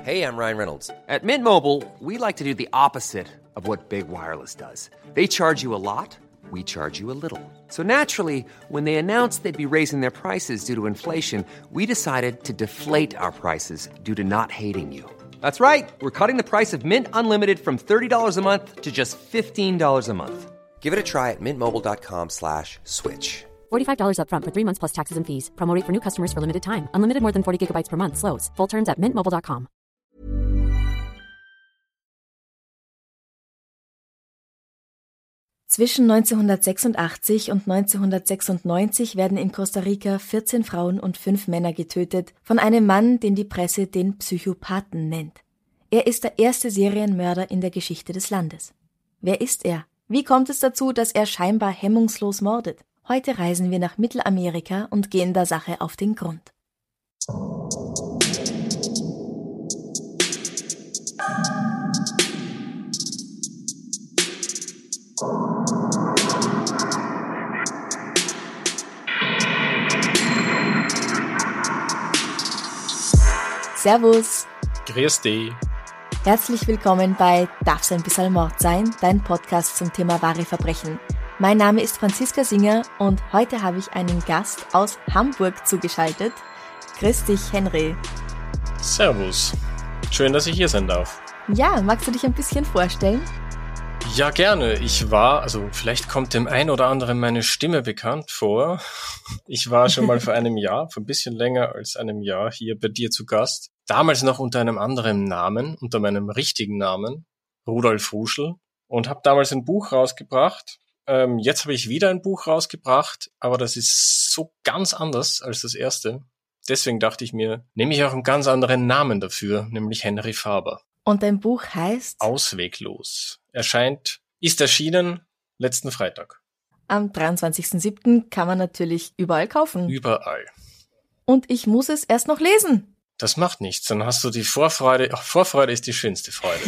Hey, I'm Ryan Reynolds. At Mint Mobile, we like to do the opposite of what Big Wireless does. They charge you a lot, we charge you a little. So naturally, when they announced they'd be raising their prices due to inflation, we decided to deflate our prices due to not hating you. That's right. We're cutting the price of Mint Unlimited from $30 a month to just $15 a month. Give it a try at mintmobile.com/switch. $45 up front for 3 months plus taxes and fees. Promo rate for new customers for limited time. Unlimited more than 40 gigabytes per month. Slows full terms at mintmobile.com. Zwischen 1986 und 1996 werden in Costa Rica 14 Frauen und 5 Männer getötet von einem Mann, den die Presse den Psychopathen nennt. Er ist der erste Serienmörder in der Geschichte des Landes. Wer ist er? Wie kommt es dazu, dass er scheinbar hemmungslos mordet? Heute reisen wir nach Mittelamerika und gehen der Sache auf den Grund. Servus! Grüß dich! Herzlich willkommen bei Darf's ein bisschen Mord sein, dein Podcast zum Thema wahre Verbrechen. Mein Name ist Franziska Singer und heute habe ich einen Gast aus Hamburg zugeschaltet. Grüß dich, Henry. Servus. Schön, dass ich hier sein darf. Ja, magst du dich ein bisschen vorstellen? Ja, gerne. Vielleicht kommt dem einen oder anderen meine Stimme bekannt vor. Ich war schon mal vor ein bisschen länger als einem Jahr hier bei dir zu Gast. Damals noch unter einem anderen Namen, unter meinem richtigen Namen, Rudolf Ruschel, und habe damals ein Buch rausgebracht. Jetzt habe ich wieder ein Buch rausgebracht, aber das ist so ganz anders als das erste. Deswegen dachte ich mir, nehme ich auch einen ganz anderen Namen dafür, nämlich Henry Faber. Und dein Buch heißt? Ausweglos. Ist erschienen letzten Freitag. Am 23.07. kann man natürlich überall kaufen. Überall. Und ich muss es erst noch lesen. Das macht nichts, dann hast du die Vorfreude. Ach, Vorfreude ist die schönste Freude.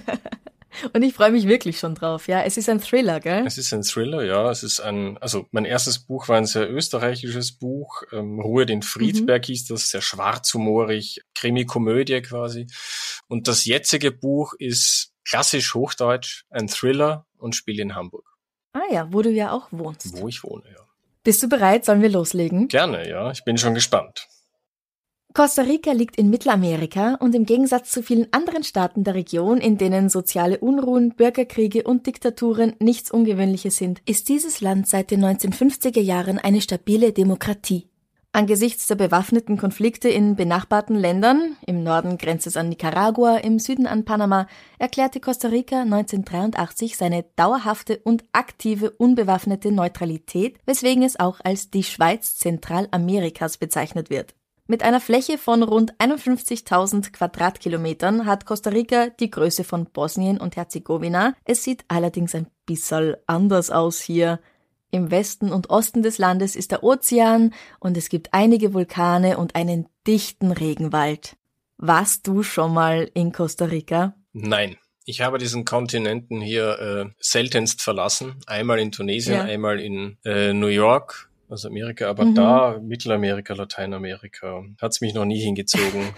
Und ich freue mich wirklich schon drauf, ja. Es ist ein Thriller, gell? Es ist ein Thriller, ja. Mein erstes Buch war ein sehr österreichisches Buch. Ruhe den Friedberg hieß das, sehr schwarzhumorig, Krimi-Komödie quasi. Und das jetzige Buch ist klassisch Hochdeutsch, ein Thriller und spielt in Hamburg. Ah ja, wo du ja auch wohnst. Wo ich wohne, ja. Bist du bereit? Sollen wir loslegen? Gerne, ja. Ich bin schon gespannt. Costa Rica liegt in Mittelamerika und im Gegensatz zu vielen anderen Staaten der Region, in denen soziale Unruhen, Bürgerkriege und Diktaturen nichts Ungewöhnliches sind, ist dieses Land seit den 1950er Jahren eine stabile Demokratie. Angesichts der bewaffneten Konflikte in benachbarten Ländern, im Norden grenzt es an Nicaragua, im Süden an Panama, erklärte Costa Rica 1983 seine dauerhafte und aktive unbewaffnete Neutralität, weswegen es auch als die Schweiz Zentralamerikas bezeichnet wird. Mit einer Fläche von rund 51.000 Quadratkilometern hat Costa Rica die Größe von Bosnien und Herzegowina. Es sieht allerdings ein bisschen anders aus hier. Im Westen und Osten des Landes ist der Ozean und es gibt einige Vulkane und einen dichten Regenwald. Warst du schon mal in Costa Rica? Nein. Ich habe diesen Kontinenten hier seltenst verlassen. Einmal in Tunesien, einmal in New York. Also Amerika, aber da, Mittelamerika, Lateinamerika, hat's mich noch nie hingezogen.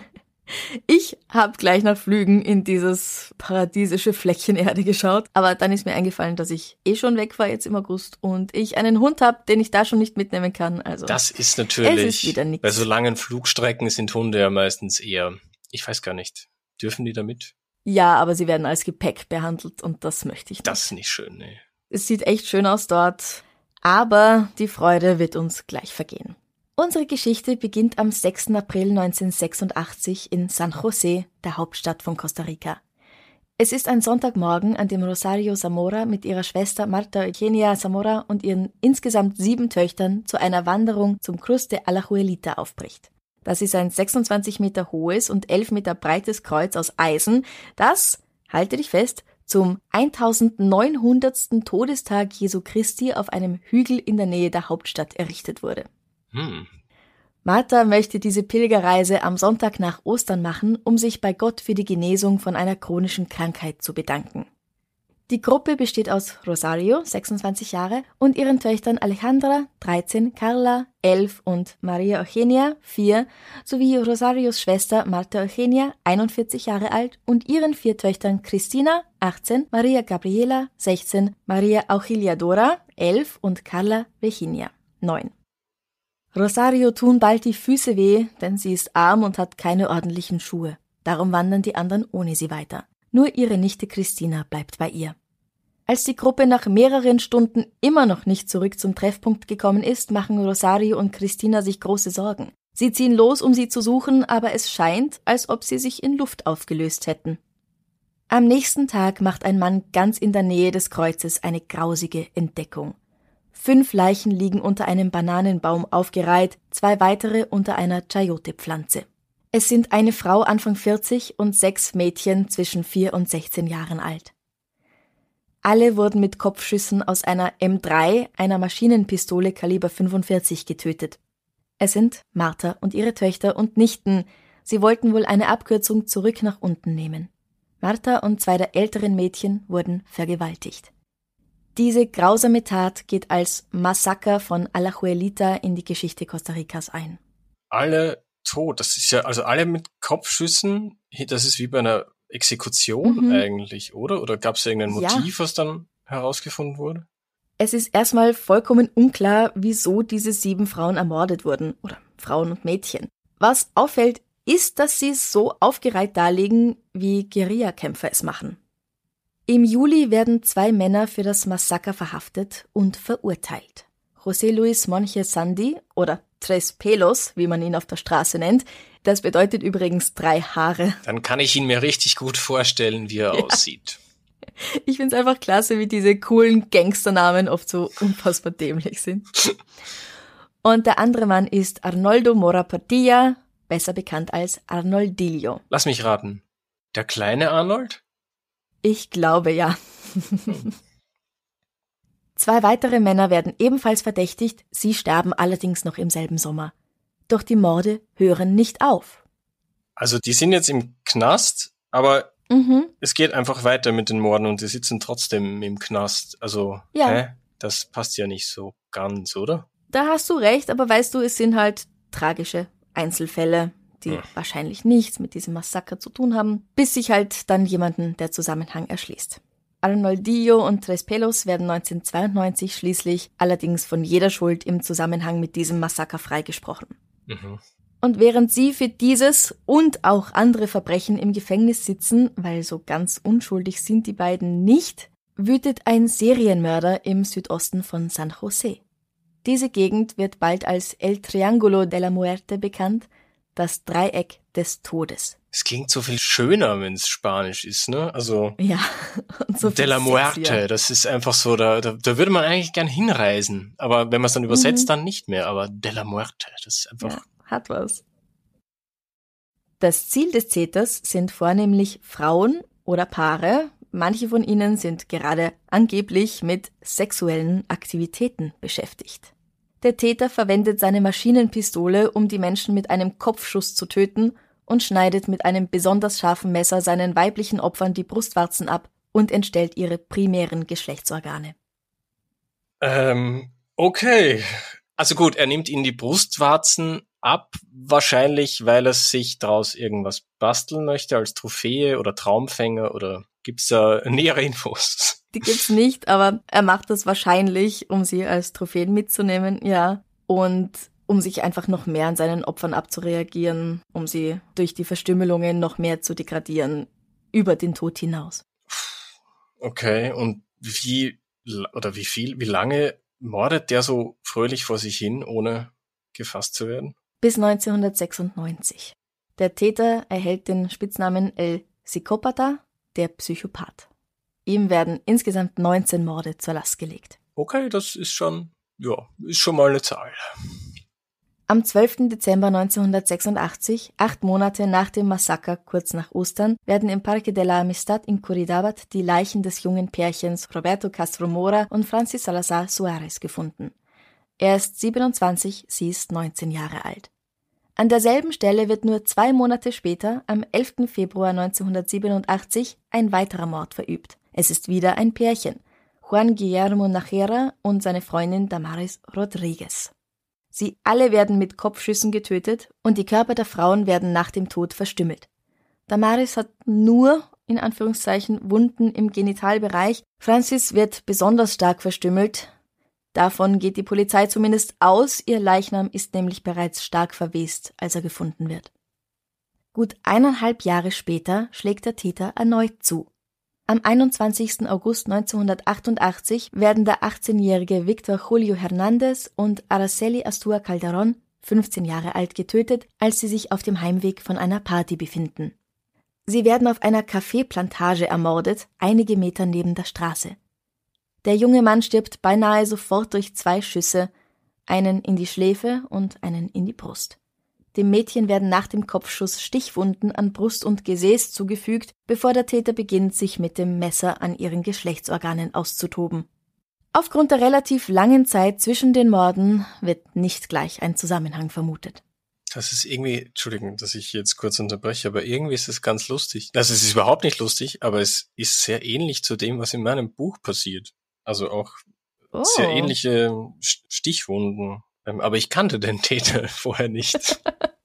Ich habe gleich nach Flügen in dieses paradiesische Fleckchen Erde geschaut, aber dann ist mir eingefallen, dass ich schon weg war jetzt im August und ich einen Hund habe, den ich da schon nicht mitnehmen kann. Also das ist natürlich, es ist wieder nix. Bei so langen Flugstrecken sind Hunde ja meistens eher, ich weiß gar nicht, dürfen die da mit? Ja, aber sie werden als Gepäck behandelt und das möchte ich nicht. Das ist nicht schön, nee. Es sieht echt schön aus dort. Aber die Freude wird uns gleich vergehen. Unsere Geschichte beginnt am 6. April 1986 in San José, der Hauptstadt von Costa Rica. Es ist ein Sonntagmorgen, an dem Rosario Zamora mit ihrer Schwester Marta Eugenia Zamora und ihren insgesamt 7 Töchtern zu einer Wanderung zum Cruz de Alajuelita aufbricht. Das ist ein 26 Meter hohes und 11 Meter breites Kreuz aus Eisen, das, halte dich fest, zum 1900. Todestag Jesu Christi auf einem Hügel in der Nähe der Hauptstadt errichtet wurde. Martha möchte diese Pilgerreise am Sonntag nach Ostern machen, um sich bei Gott für die Genesung von einer chronischen Krankheit zu bedanken. Die Gruppe besteht aus Rosario, 26 Jahre, und ihren Töchtern Alejandra, 13, Carla, 11 und Maria Eugenia, 4, sowie Rosarios Schwester Marta Eugenia, 41 Jahre alt, und ihren 4 Töchtern Cristina, 18, Maria Gabriela, 16, Maria Auxiliadora, 11 und Carla Virginia, 9. Rosario tun bald die Füße weh, denn sie ist arm und hat keine ordentlichen Schuhe. Darum wandern die anderen ohne sie weiter. Nur ihre Nichte Cristina bleibt bei ihr. Als die Gruppe nach mehreren Stunden immer noch nicht zurück zum Treffpunkt gekommen ist, machen Rosario und Cristina sich große Sorgen. Sie ziehen los, um sie zu suchen, aber es scheint, als ob sie sich in Luft aufgelöst hätten. Am nächsten Tag macht ein Mann ganz in der Nähe des Kreuzes eine grausige Entdeckung. 5 Leichen liegen unter einem Bananenbaum aufgereiht, 2 weitere unter einer Chayote-Pflanze. Es sind eine Frau Anfang 40 und 6 Mädchen zwischen 4 und 16 Jahren alt. Alle wurden mit Kopfschüssen aus einer M3, einer Maschinenpistole Kaliber 45, getötet. Es sind Martha und ihre Töchter und Nichten. Sie wollten wohl eine Abkürzung zurück nach unten nehmen. Martha und 2 der älteren Mädchen wurden vergewaltigt. Diese grausame Tat geht als Massaker von Alajuelita in die Geschichte Costa Ricas ein. Alle tot, das ist ja, also alle mit Kopfschüssen, das ist wie bei einer Exekution eigentlich, oder? Oder gab es irgendein Motiv, was dann herausgefunden wurde? Es ist erstmal vollkommen unklar, wieso diese 7 Frauen ermordet wurden, oder Frauen und Mädchen. Was auffällt, ist, dass sie so aufgereiht darlegen, wie Guerillakämpfer es machen. Im Juli werden 2 Männer für das Massaker verhaftet und verurteilt. José Luis Monjes Sandi, oder Tres Pelos, wie man ihn auf der Straße nennt, das bedeutet übrigens 3 Haare. Dann kann ich ihn mir richtig gut vorstellen, wie er aussieht. Ich find's einfach klasse, wie diese coolen Gangsternamen oft so unfassbar dämlich sind. Und der andere Mann ist Arnoldo Mora Portilla, besser bekannt als Arnoldillo. Lass mich raten. Der kleine Arnold? Ich glaube, ja. 2 weitere Männer werden ebenfalls verdächtigt, sie sterben allerdings noch im selben Sommer. Doch die Morde hören nicht auf. Also die sind jetzt im Knast, aber es geht einfach weiter mit den Morden und die sitzen trotzdem im Knast. Also, ja. Das passt ja nicht so ganz, oder? Da hast du recht, aber weißt du, es sind halt tragische Einzelfälle, die wahrscheinlich nichts mit diesem Massaker zu tun haben, bis sich halt dann jemanden der Zusammenhang erschließt. Arnoldillo und Tres Pelos werden 1992 schließlich allerdings von jeder Schuld im Zusammenhang mit diesem Massaker freigesprochen. Und während sie für dieses und auch andere Verbrechen im Gefängnis sitzen, weil so ganz unschuldig sind die beiden nicht, wütet ein Serienmörder im Südosten von San José. Diese Gegend wird bald als El Triángulo de la Muerte bekannt, das Dreieck des Todes. Es klingt so viel schöner, wenn es Spanisch ist, ne? Also ja, und so de la Muerte, sexier. Das ist einfach so, da würde man eigentlich gern hinreisen. Aber wenn man es dann übersetzt, dann nicht mehr. Aber de la Muerte, das ist einfach... Ja, hat was. Das Ziel des Täters sind vornehmlich Frauen oder Paare. Manche von ihnen sind gerade angeblich mit sexuellen Aktivitäten beschäftigt. Der Täter verwendet seine Maschinenpistole, um die Menschen mit einem Kopfschuss zu töten und schneidet mit einem besonders scharfen Messer seinen weiblichen Opfern die Brustwarzen ab und entstellt ihre primären Geschlechtsorgane. Okay. Also gut, er nimmt ihnen die Brustwarzen ab, wahrscheinlich, weil er sich daraus irgendwas basteln möchte als Trophäe oder Traumfänger, oder gibt's da nähere Infos? Die gibt's nicht, aber er macht das wahrscheinlich, um sie als Trophäen mitzunehmen, ja. Und um sich einfach noch mehr an seinen Opfern abzureagieren, um sie durch die Verstümmelungen noch mehr zu degradieren, über den Tod hinaus. Okay, und wie lange mordet der so fröhlich vor sich hin, ohne gefasst zu werden? Bis 1996. Der Täter erhält den Spitznamen El Psicópata, der Psychopath. Ihm werden insgesamt 19 Morde zur Last gelegt. Okay, das ist schon mal eine Zahl. Am 12. Dezember 1986, 8 Monate nach dem Massaker kurz nach Ostern, werden im Parque de la Amistad in Curridabat die Leichen des jungen Pärchens Roberto Castro Mora und Francis Salazar Suárez gefunden. Er ist 27, sie ist 19 Jahre alt. An derselben Stelle wird nur 2 Monate später, am 11. Februar 1987, ein weiterer Mord verübt. Es ist wieder ein Pärchen, Juan Guillermo Nájera und seine Freundin Damaris Rodriguez. Sie alle werden mit Kopfschüssen getötet und die Körper der Frauen werden nach dem Tod verstümmelt. Damaris hat nur, in Anführungszeichen, Wunden im Genitalbereich. Francis wird besonders stark verstümmelt. Davon geht die Polizei zumindest aus, ihr Leichnam ist nämlich bereits stark verwest, als er gefunden wird. Gut 1,5 Jahre später schlägt der Täter erneut zu. Am 21. August 1988 werden der 18-jährige Victor Julio Hernández und Araceli Astua Calderón, 15 Jahre alt, getötet, als sie sich auf dem Heimweg von einer Party befinden. Sie werden auf einer Kaffeeplantage ermordet, einige Meter neben der Straße. Der junge Mann stirbt beinahe sofort durch 2 Schüsse, einen in die Schläfe und einen in die Brust. Dem Mädchen werden nach dem Kopfschuss Stichwunden an Brust und Gesäß zugefügt, bevor der Täter beginnt, sich mit dem Messer an ihren Geschlechtsorganen auszutoben. Aufgrund der relativ langen Zeit zwischen den Morden wird nicht gleich ein Zusammenhang vermutet. Das ist irgendwie, Entschuldigung, dass ich jetzt kurz unterbreche, aber irgendwie ist es ganz lustig. Also es ist überhaupt nicht lustig, aber es ist sehr ähnlich zu dem, was in meinem Buch passiert. Also auch sehr ähnliche Stichwunden. Aber ich kannte den Täter vorher nicht.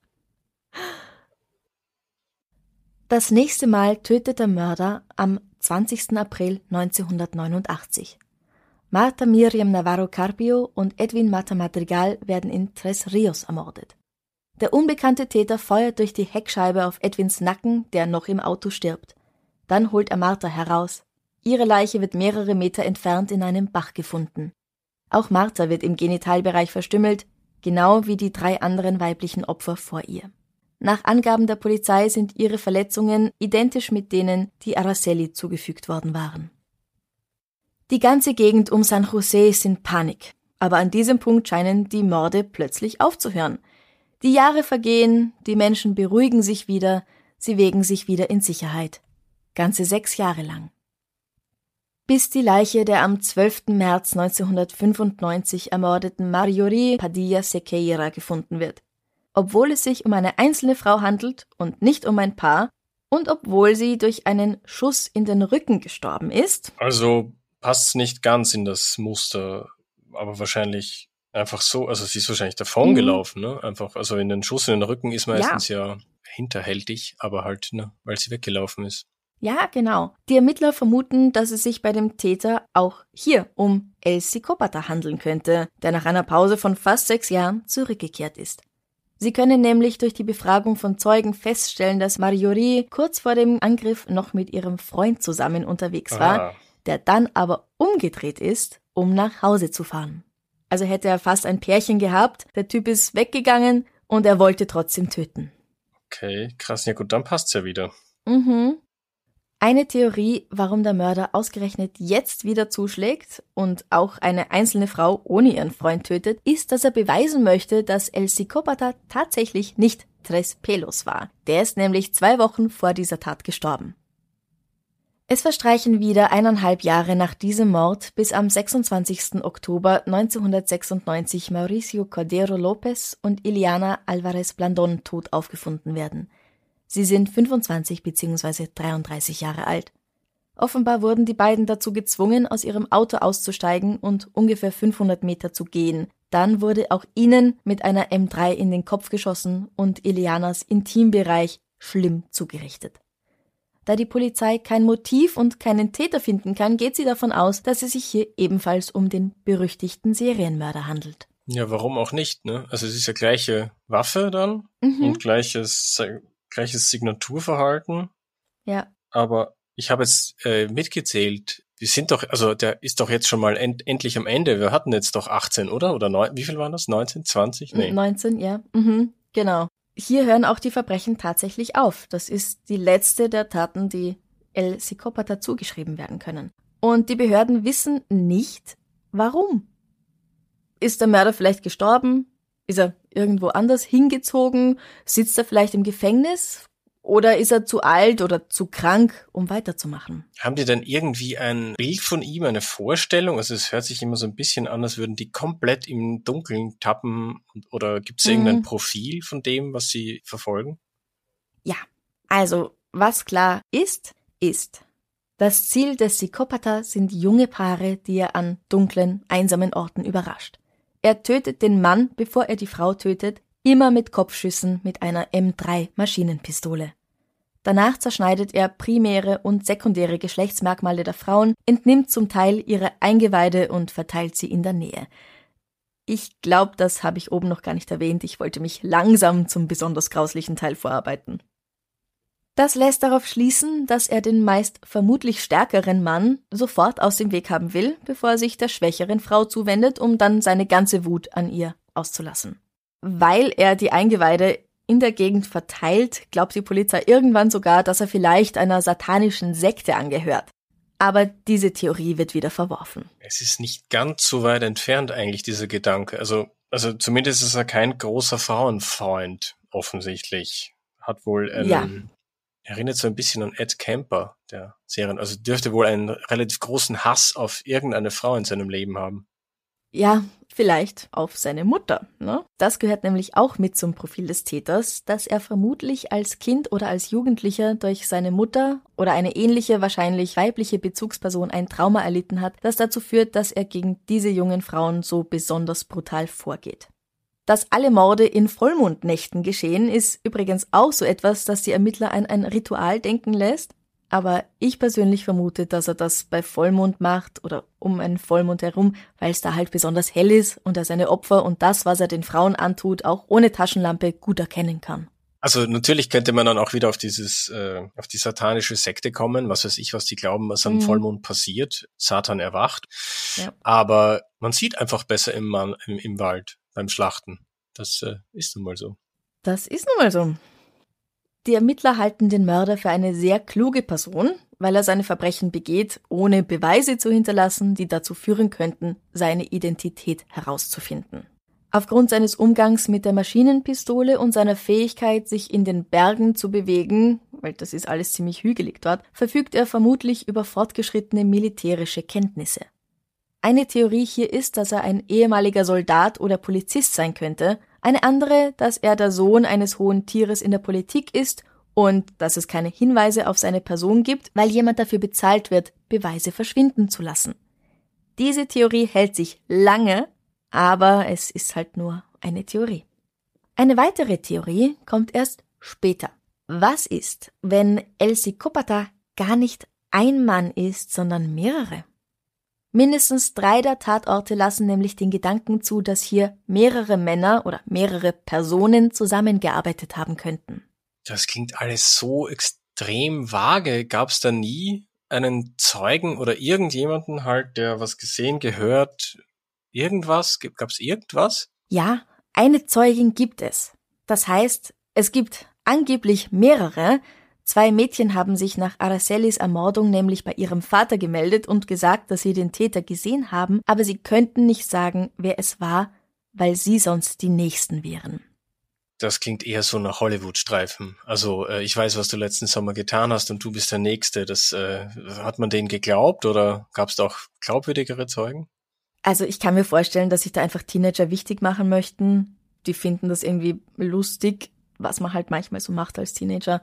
Das nächste Mal tötet der Mörder am 20. April 1989. Marta Miriam Navarro Carpio und Edwin Mata Madrigal werden in Tres Rios ermordet. Der unbekannte Täter feuert durch die Heckscheibe auf Edwins Nacken, der noch im Auto stirbt. Dann holt er Marta heraus. Ihre Leiche wird mehrere Meter entfernt in einem Bach gefunden. Auch Marta wird im Genitalbereich verstümmelt, genau wie die 3 anderen weiblichen Opfer vor ihr. Nach Angaben der Polizei sind ihre Verletzungen identisch mit denen, die Araceli zugefügt worden waren. Die ganze Gegend um San José ist in Panik, aber an diesem Punkt scheinen die Morde plötzlich aufzuhören. Die Jahre vergehen, die Menschen beruhigen sich wieder, sie wägen sich wieder in Sicherheit. Ganze 6 Jahre lang. Bis die Leiche der am 12. März 1995 ermordeten Marjorie Padilla Sequeira gefunden wird. Obwohl es sich um eine einzelne Frau handelt und nicht um ein Paar und obwohl sie durch einen Schuss in den Rücken gestorben ist. Also passt nicht ganz in das Muster, aber wahrscheinlich einfach so, also sie ist wahrscheinlich davon gelaufen, ne? Einfach, also in den Schuss in den Rücken ist meistens ja hinterhältig, aber halt, ne, weil sie weggelaufen ist. Ja, genau. Die Ermittler vermuten, dass es sich bei dem Täter auch hier um El Psicópata handeln könnte, der nach einer Pause von fast 6 Jahren zurückgekehrt ist. Sie können nämlich durch die Befragung von Zeugen feststellen, dass Marjorie kurz vor dem Angriff noch mit ihrem Freund zusammen unterwegs war, der dann aber umgedreht ist, um nach Hause zu fahren. Also hätte er fast ein Pärchen gehabt, der Typ ist weggegangen und er wollte trotzdem töten. Okay, krass. Ja gut, dann passt's ja wieder. Eine Theorie, warum der Mörder ausgerechnet jetzt wieder zuschlägt und auch eine einzelne Frau ohne ihren Freund tötet, ist, dass er beweisen möchte, dass El Psicópata tatsächlich nicht Tres Pelos war. Der ist nämlich 2 Wochen vor dieser Tat gestorben. Es verstreichen wieder 1,5 Jahre nach diesem Mord, bis am 26. Oktober 1996 Mauricio Cordero López und Iliana Álvarez Blandón tot aufgefunden werden. Sie sind 25 bzw. 33 Jahre alt. Offenbar wurden die beiden dazu gezwungen, aus ihrem Auto auszusteigen und ungefähr 500 Meter zu gehen. Dann wurde auch ihnen mit einer M3 in den Kopf geschossen und Ilianas Intimbereich schlimm zugerichtet. Da die Polizei kein Motiv und keinen Täter finden kann, geht sie davon aus, dass es sich hier ebenfalls um den berüchtigten Serienmörder handelt. Ja, warum auch nicht, ne? Also es ist ja gleiche Waffe dann und gleiches Signaturverhalten. Ja. Aber ich habe jetzt mitgezählt, wir sind doch, also der ist doch jetzt schon mal endlich am Ende. Wir hatten jetzt doch 18, oder? Oder 9, wie viel waren das? 19, 20? Nee. 19, ja. Genau. Hier hören auch die Verbrechen tatsächlich auf. Das ist die letzte der Taten, die El Psicópata zugeschrieben werden können. Und die Behörden wissen nicht, warum. Ist der Mörder vielleicht gestorben? Ist er irgendwo anders hingezogen? Sitzt er vielleicht im Gefängnis? Oder ist er zu alt oder zu krank, um weiterzumachen? Haben die denn irgendwie ein Bild von ihm, eine Vorstellung? Also es hört sich immer so ein bisschen an, als würden die komplett im Dunkeln tappen. Oder gibt es irgendein Profil von dem, was sie verfolgen? Ja, also was klar ist, Das Ziel des Psychopatha sind junge Paare, die er an dunklen, einsamen Orten überrascht. Er tötet den Mann, bevor er die Frau tötet, immer mit Kopfschüssen mit einer M3 Maschinenpistole. Danach zerschneidet er primäre und sekundäre Geschlechtsmerkmale der Frauen, entnimmt zum Teil ihre Eingeweide und verteilt sie in der Nähe. Ich glaube, das habe ich oben noch gar nicht erwähnt. Ich wollte mich langsam zum besonders grauslichen Teil vorarbeiten. Das lässt darauf schließen, dass er den meist vermutlich stärkeren Mann sofort aus dem Weg haben will, bevor er sich der schwächeren Frau zuwendet, um dann seine ganze Wut an ihr auszulassen. Weil er die Eingeweide in der Gegend verteilt, glaubt die Polizei irgendwann sogar, dass er vielleicht einer satanischen Sekte angehört. Aber diese Theorie wird wieder verworfen. Es ist nicht ganz so weit entfernt eigentlich, dieser Gedanke. Also zumindest ist er kein großer Frauenfreund, offensichtlich. Hat wohl erinnert so ein bisschen an Ed Kemper, der Serien. Also dürfte wohl einen relativ großen Hass auf irgendeine Frau in seinem Leben haben. Ja, vielleicht auf seine Mutter, ne? Das gehört nämlich auch mit zum Profil des Täters, dass er vermutlich als Kind oder als Jugendlicher durch seine Mutter oder eine ähnliche, wahrscheinlich weibliche Bezugsperson ein Trauma erlitten hat, das dazu führt, dass er gegen diese jungen Frauen so besonders brutal vorgeht. Dass alle Morde in Vollmondnächten geschehen, ist übrigens auch so etwas, das die Ermittler an ein Ritual denken lässt. Aber ich persönlich vermute, dass er das bei Vollmond macht oder um einen Vollmond herum, weil es da halt besonders hell ist und er seine Opfer und das, was er den Frauen antut, auch ohne Taschenlampe gut erkennen kann. Also natürlich könnte man dann auch wieder auf auf die satanische Sekte kommen, was weiß ich, was die glauben, was am Vollmond passiert. Satan erwacht. Ja. Aber man sieht einfach besser im Wald beim Schlachten. Das ist nun mal so. Das ist nun mal so. Die Ermittler halten den Mörder für eine sehr kluge Person, weil er seine Verbrechen begeht, ohne Beweise zu hinterlassen, die dazu führen könnten, seine Identität herauszufinden. Aufgrund seines Umgangs mit der Maschinenpistole und seiner Fähigkeit, sich in den Bergen zu bewegen, weil das ist alles ziemlich hügelig dort, verfügt er vermutlich über fortgeschrittene militärische Kenntnisse. Eine Theorie hier ist, dass er ein ehemaliger Soldat oder Polizist sein könnte, eine andere, dass er der Sohn eines hohen Tieres in der Politik ist und dass es keine Hinweise auf seine Person gibt, weil jemand dafür bezahlt wird, Beweise verschwinden zu lassen. Diese Theorie hält sich lange, aber es ist halt nur eine Theorie. Eine weitere Theorie kommt erst später. Was ist, wenn El Psicópata gar nicht ein Mann ist, sondern mehrere? Mindestens 3 der Tatorte lassen nämlich den Gedanken zu, dass hier mehrere Männer oder mehrere Personen zusammengearbeitet haben könnten. Das klingt alles so extrem vage. Gab es da nie einen Zeugen oder irgendjemanden halt, der was gesehen, gehört, irgendwas? Gab es irgendwas? Ja, eine Zeugin gibt es. Das heißt, es gibt angeblich mehrere. 2 Mädchen haben sich nach Aracelis Ermordung nämlich bei ihrem Vater gemeldet und gesagt, dass sie den Täter gesehen haben, aber sie könnten nicht sagen, wer es war, weil sie sonst die Nächsten wären. Das klingt eher so nach Hollywood-Streifen. Also ich weiß, was du letzten Sommer getan hast und du bist der Nächste. Das hat man denen geglaubt oder gab es da auch glaubwürdigere Zeugen? Also ich kann mir vorstellen, dass sich da einfach Teenager wichtig machen möchten. Die finden das irgendwie lustig, was man halt manchmal so macht als Teenager.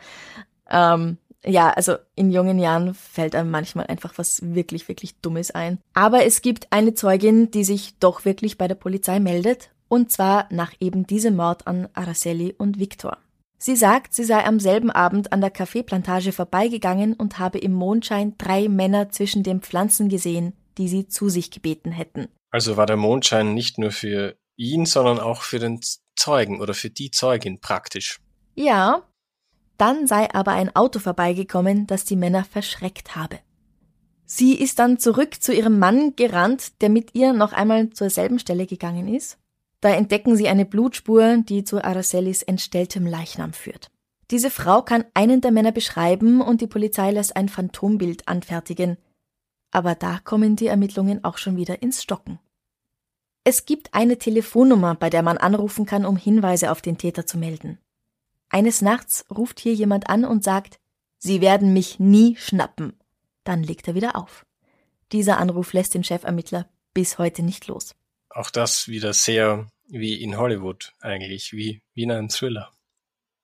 Also in jungen Jahren fällt einem manchmal einfach was wirklich, wirklich Dummes ein. Aber es gibt eine Zeugin, die sich doch wirklich bei der Polizei meldet, und zwar nach eben diesem Mord an Araceli und Victor. Sie sagt, sie sei am selben Abend an der Kaffeeplantage vorbeigegangen und habe im Mondschein 3 Männer zwischen den Pflanzen gesehen, die sie zu sich gebeten hätten. Also war der Mondschein nicht nur für ihn, sondern auch für den Zeugen oder für die Zeugin praktisch. Ja. Dann sei aber ein Auto vorbeigekommen, das die Männer verschreckt habe. Sie ist dann zurück zu ihrem Mann gerannt, der mit ihr noch einmal zur selben Stelle gegangen ist. Da entdecken sie eine Blutspur, die zu Aracelis entstelltem Leichnam führt. Diese Frau kann einen der Männer beschreiben und die Polizei lässt ein Phantombild anfertigen. Aber da kommen die Ermittlungen auch schon wieder ins Stocken. Es gibt eine Telefonnummer, bei der man anrufen kann, um Hinweise auf den Täter zu melden. Eines Nachts ruft hier jemand an und sagt, Sie werden mich nie schnappen. Dann legt er wieder auf. Dieser Anruf lässt den Chefermittler bis heute nicht los. Auch das wieder sehr wie in Hollywood eigentlich, wie in einem Thriller.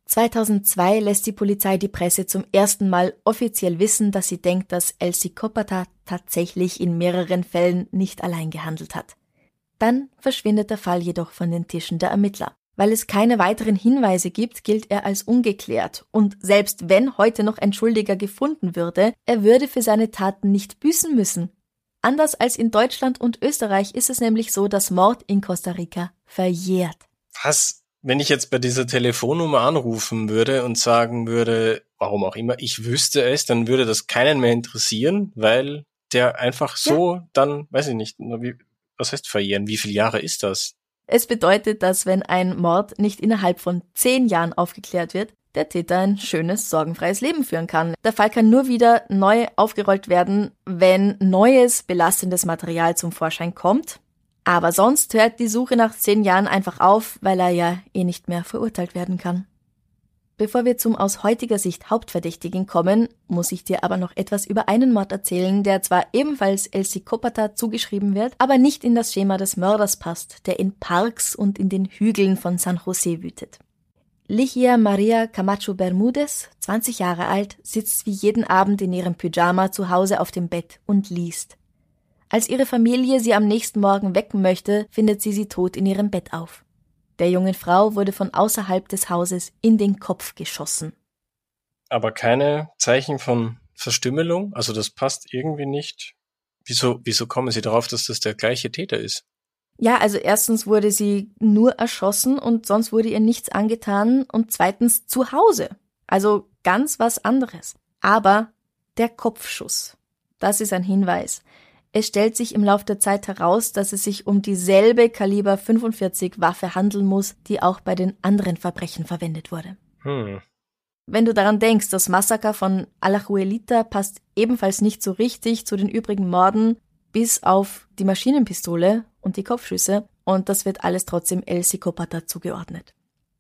2002 lässt die Polizei die Presse zum ersten Mal offiziell wissen, dass sie denkt, dass Elsie Kopata tatsächlich in mehreren Fällen nicht allein gehandelt hat. Dann verschwindet der Fall jedoch von den Tischen der Ermittler. Weil es keine weiteren Hinweise gibt, gilt er als ungeklärt. Und selbst wenn heute noch ein Schuldiger gefunden würde, er würde für seine Taten nicht büßen müssen. Anders als in Deutschland und Österreich ist es nämlich so, dass Mord in Costa Rica verjährt. Was? Wenn ich jetzt bei dieser Telefonnummer anrufen würde und sagen würde, warum auch immer, ich wüsste es, dann würde das keinen mehr interessieren, weil der einfach so dann, weiß ich nicht, was heißt verjähren? Wie viele Jahre ist das? Es bedeutet, dass wenn ein Mord nicht innerhalb von 10 Jahren aufgeklärt wird, der Täter ein schönes, sorgenfreies Leben führen kann. Der Fall kann nur wieder neu aufgerollt werden, wenn neues, belastendes Material zum Vorschein kommt. Aber sonst hört die Suche nach 10 Jahren einfach auf, weil er ja nicht mehr verurteilt werden kann. Bevor wir zum aus heutiger Sicht Hauptverdächtigen kommen, muss ich dir aber noch etwas über einen Mord erzählen, der zwar ebenfalls Elsie Kopata zugeschrieben wird, aber nicht in das Schema des Mörders passt, der in Parks und in den Hügeln von San Jose wütet. Ligia Maria Camacho Bermudez, 20 Jahre alt, sitzt wie jeden Abend in ihrem Pyjama zu Hause auf dem Bett und liest. Als ihre Familie sie am nächsten Morgen wecken möchte, findet sie tot in ihrem Bett auf. Der jungen Frau wurde von außerhalb des Hauses in den Kopf geschossen. Aber keine Zeichen von Verstümmelung? Also das passt irgendwie nicht. Wieso kommen Sie darauf, dass das der gleiche Täter ist? Ja, also erstens wurde sie nur erschossen und sonst wurde ihr nichts angetan und zweitens zu Hause. Also ganz was anderes. Aber der Kopfschuss, das ist ein Hinweis. Es stellt sich im Lauf der Zeit heraus, dass es sich um dieselbe Kaliber 45 Waffe handeln muss, die auch bei den anderen Verbrechen verwendet wurde. Wenn du daran denkst, das Massaker von Alajuelita passt ebenfalls nicht so richtig zu den übrigen Morden, bis auf die Maschinenpistole und die Kopfschüsse, und das wird alles trotzdem Elsie Kopata zugeordnet.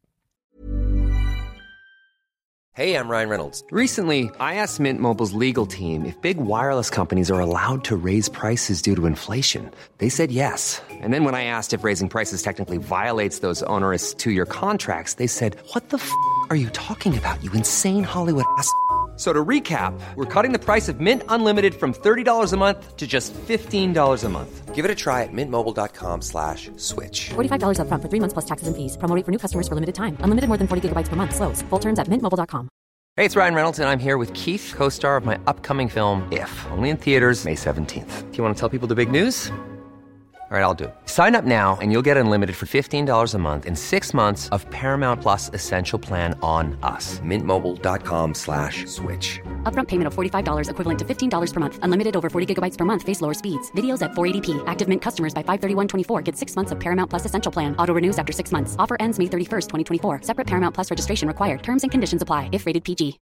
Hey, I'm Ryan Reynolds. Recently, I asked Mint Mobile's legal team if big wireless companies are allowed to raise prices due to inflation. They said yes. And then when I asked if raising prices technically violates those onerous 2-year contracts, they said, "What the f*** are you talking about, you insane Hollywood ass?" So to recap, we're cutting the price of Mint Unlimited from $30 a month to just $15 a month. Give it a try at mintmobile.com/switch. $45 up front for 3 months plus taxes and fees. Promo rate for new customers for limited time. Unlimited more than 40 gigabytes per month. Slows full terms at mintmobile.com. Hey, it's Ryan Reynolds, and I'm here with Keith, co-star of my upcoming film, If, only in theaters May 17th. Do you want to tell people the big news? All right, I'll do it. Sign up now and you'll get unlimited for $15 a month and 6 months of Paramount Plus Essential Plan on us. mintmobile.com/switch. Upfront payment of $45 equivalent to $15 per month. Unlimited over 40 gigabytes per month. Face lower speeds. Videos at 480p. Active Mint customers by 531.24 get 6 months of Paramount Plus Essential Plan. Auto renews after 6 months. Offer ends May 31st, 2024. Separate Paramount Plus registration required. Terms and conditions apply if rated PG.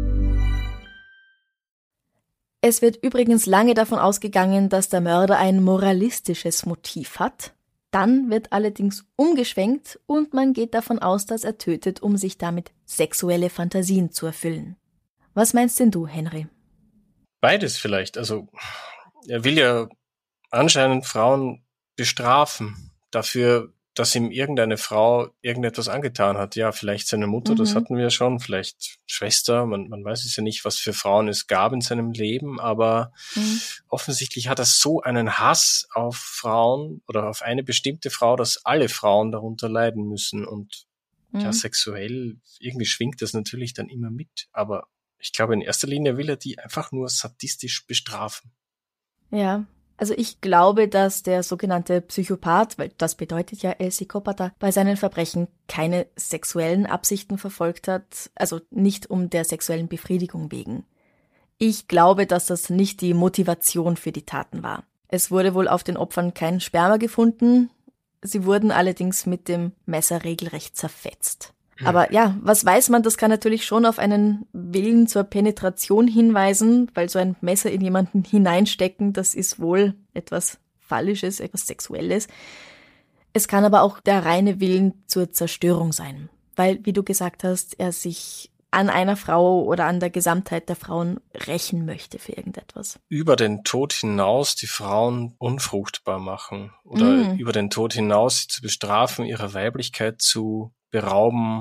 Es wird übrigens lange davon ausgegangen, dass der Mörder ein moralistisches Motiv hat. Dann wird allerdings umgeschwenkt und man geht davon aus, dass er tötet, um sich damit sexuelle Fantasien zu erfüllen. Was meinst denn du, Henry? Beides vielleicht. Also er will ja anscheinend Frauen bestrafen dafür, dass ihm irgendeine Frau irgendetwas angetan hat. Ja, vielleicht seine Mutter, das hatten wir schon, vielleicht Schwester, man weiß es ja nicht, was für Frauen es gab in seinem Leben, aber offensichtlich hat er so einen Hass auf Frauen oder auf eine bestimmte Frau, dass alle Frauen darunter leiden müssen und ja, sexuell, irgendwie schwingt das natürlich dann immer mit, aber ich glaube, in erster Linie will er die einfach nur sadistisch bestrafen. Ja. Also ich glaube, dass der sogenannte Psychopath, weil das bedeutet ja Elsie Kopata, bei seinen Verbrechen keine sexuellen Absichten verfolgt hat, also nicht um der sexuellen Befriedigung wegen. Ich glaube, dass das nicht die Motivation für die Taten war. Es wurde wohl auf den Opfern kein Sperma gefunden, sie wurden allerdings mit dem Messer regelrecht zerfetzt. Aber ja, was weiß man, das kann natürlich schon auf einen Willen zur Penetration hinweisen, weil so ein Messer in jemanden hineinstecken, das ist wohl etwas Phallisches, etwas Sexuelles. Es kann aber auch der reine Willen zur Zerstörung sein, weil, wie du gesagt hast, er sich an einer Frau oder an der Gesamtheit der Frauen rächen möchte für irgendetwas. Über den Tod hinaus die Frauen unfruchtbar machen oder über den Tod hinaus sie zu bestrafen, ihrer Weiblichkeit zu berauben,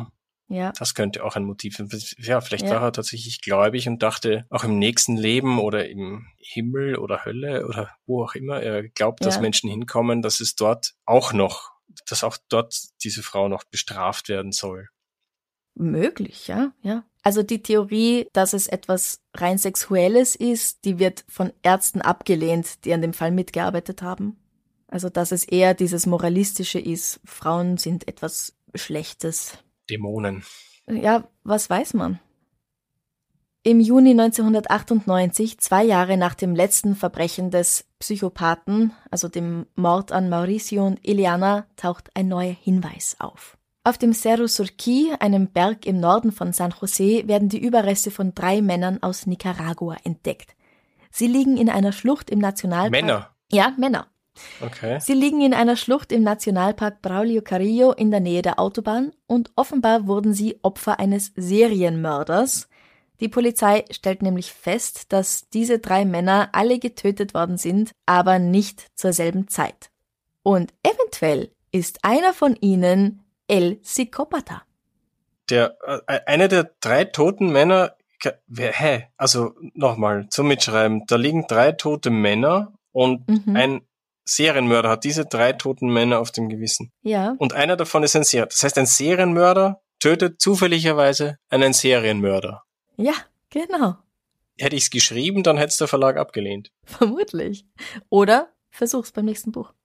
Ja. Das könnte auch ein Motiv sein. Ja, vielleicht war er tatsächlich gläubig und dachte, auch im nächsten Leben oder im Himmel oder Hölle oder wo auch immer, er glaubt, dass Menschen hinkommen, dass es dort auch dort diese Frau noch bestraft werden soll. Möglich, ja. Also die Theorie, dass es etwas rein Sexuelles ist, die wird von Ärzten abgelehnt, die an dem Fall mitgearbeitet haben. Also dass es eher dieses Moralistische ist, Frauen sind etwas Schlechtes. Dämonen. Ja, was weiß man? Im Juni 1998, 2 Jahre nach dem letzten Verbrechen des Psychopathen, also dem Mord an Mauricio und Ileana, taucht ein neuer Hinweis auf. Auf dem Cerro Surquí, einem Berg im Norden von San José, werden die Überreste von 3 Männern aus Nicaragua entdeckt. Sie liegen in einer Schlucht im Nationalpark... Männer? Ja, Männer. Okay. Sie liegen in einer Schlucht im Nationalpark Braulio Carrillo in der Nähe der Autobahn und offenbar wurden sie Opfer eines Serienmörders. Die Polizei stellt nämlich fest, dass diese 3 Männer alle getötet worden sind, aber nicht zur selben Zeit. Und eventuell ist einer von ihnen El Psicópata. Einer der 3 toten Männer, also nochmal zum Mitschreiben, da liegen 3 tote Männer und ein Serienmörder hat diese 3 toten Männer auf dem Gewissen. Ja. Und einer davon ist ein Serienmörder. Das heißt, ein Serienmörder tötet zufälligerweise einen Serienmörder. Ja, genau. Hätte ich es geschrieben, dann hätte es der Verlag abgelehnt. Vermutlich. Oder versuch's beim nächsten Buch.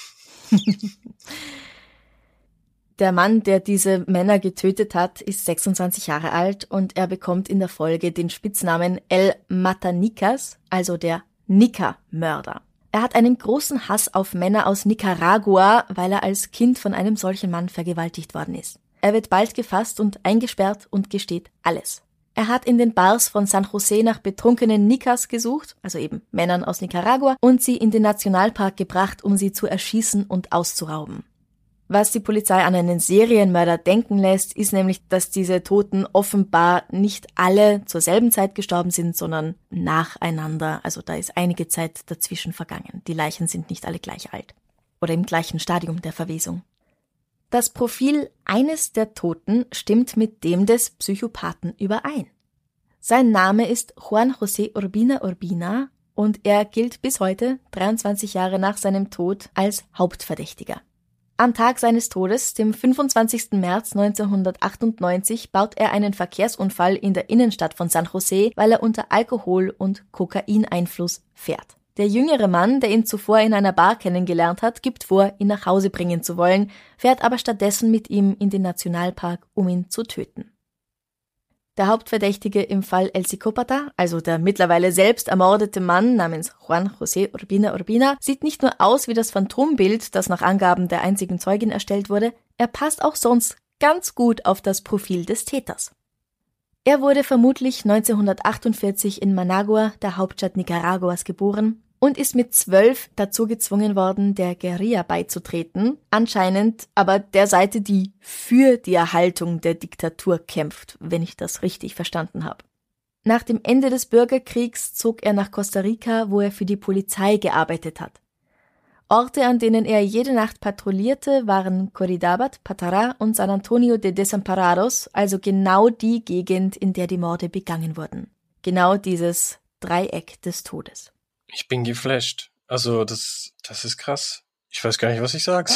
Der Mann, der diese Männer getötet hat, ist 26 Jahre alt und er bekommt in der Folge den Spitznamen El Matanicas, also der Nika-Mörder. Er hat einen großen Hass auf Männer aus Nicaragua, weil er als Kind von einem solchen Mann vergewaltigt worden ist. Er wird bald gefasst und eingesperrt und gesteht alles. Er hat in den Bars von San José nach betrunkenen Nicas gesucht, also eben Männern aus Nicaragua, und sie in den Nationalpark gebracht, um sie zu erschießen und auszurauben. Was die Polizei an einen Serienmörder denken lässt, ist nämlich, dass diese Toten offenbar nicht alle zur selben Zeit gestorben sind, sondern nacheinander. Also da ist einige Zeit dazwischen vergangen. Die Leichen sind nicht alle gleich alt oder im gleichen Stadium der Verwesung. Das Profil eines der Toten stimmt mit dem des Psychopathen überein. Sein Name ist Juan José Urbina Urbina und er gilt bis heute, 23 Jahre nach seinem Tod, als Hauptverdächtiger. Am Tag seines Todes, dem 25. März 1998, baut er einen Verkehrsunfall in der Innenstadt von San José, weil er unter Alkohol- und Kokaineinfluss fährt. Der jüngere Mann, der ihn zuvor in einer Bar kennengelernt hat, gibt vor, ihn nach Hause bringen zu wollen, fährt aber stattdessen mit ihm in den Nationalpark, um ihn zu töten. Der Hauptverdächtige im Fall El Psicópata, also der mittlerweile selbst ermordete Mann namens Juan José Urbina Urbina, sieht nicht nur aus wie das Phantombild, das nach Angaben der einzigen Zeugin erstellt wurde, er passt auch sonst ganz gut auf das Profil des Täters. Er wurde vermutlich 1948 in Managua, der Hauptstadt Nicaraguas, geboren und ist mit 12 dazu gezwungen worden, der Guerilla beizutreten, anscheinend aber der Seite, die für die Erhaltung der Diktatur kämpft, wenn ich das richtig verstanden habe. Nach dem Ende des Bürgerkriegs zog er nach Costa Rica, wo er für die Polizei gearbeitet hat. Orte, an denen er jede Nacht patrouillierte, waren Corridabat, Patará und San Antonio de Desamparados, also genau die Gegend, in der die Morde begangen wurden. Genau dieses Dreieck des Todes. Ich bin geflasht. Also das ist krass. Ich weiß gar nicht, was ich sagen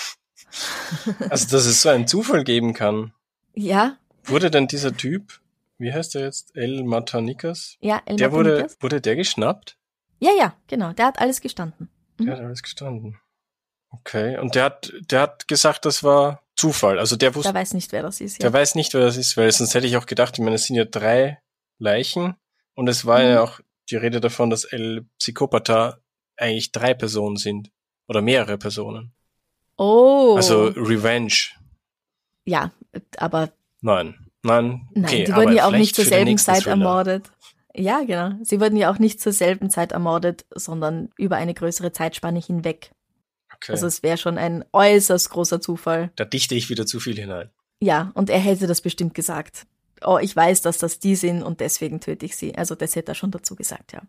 soll. Also, dass es so einen Zufall geben kann. Ja. Wurde denn dieser Typ, wie heißt er jetzt? El Matanicas? Ja, El Matanicas. Wurde der geschnappt? Ja, genau. Der hat alles gestanden. Der hat alles gestanden. Okay. Und der hat gesagt, das war Zufall. Also der wusste. Der weiß nicht, wer das ist. Ja. Der weiß nicht, wer das ist, weil sonst hätte ich auch gedacht, ich meine, es sind ja 3 Leichen und es war ja auch die Rede davon, dass El Psicópata eigentlich 3 Personen sind. Oder mehrere Personen. Oh. Also Revenge. Ja, aber... Nein, okay, die wurden ja auch nicht zur selben Zeit Thriller ermordet. Ja, genau. Sie wurden ja auch nicht zur selben Zeit ermordet, sondern über eine größere Zeitspanne hinweg. Okay. Also es wäre schon ein äußerst großer Zufall. Da dichte ich wieder zu viel hinein. Ja, und er hätte das bestimmt gesagt. Oh, ich weiß, dass das die sind und deswegen töte ich sie. Also das hätte er schon dazu gesagt, ja.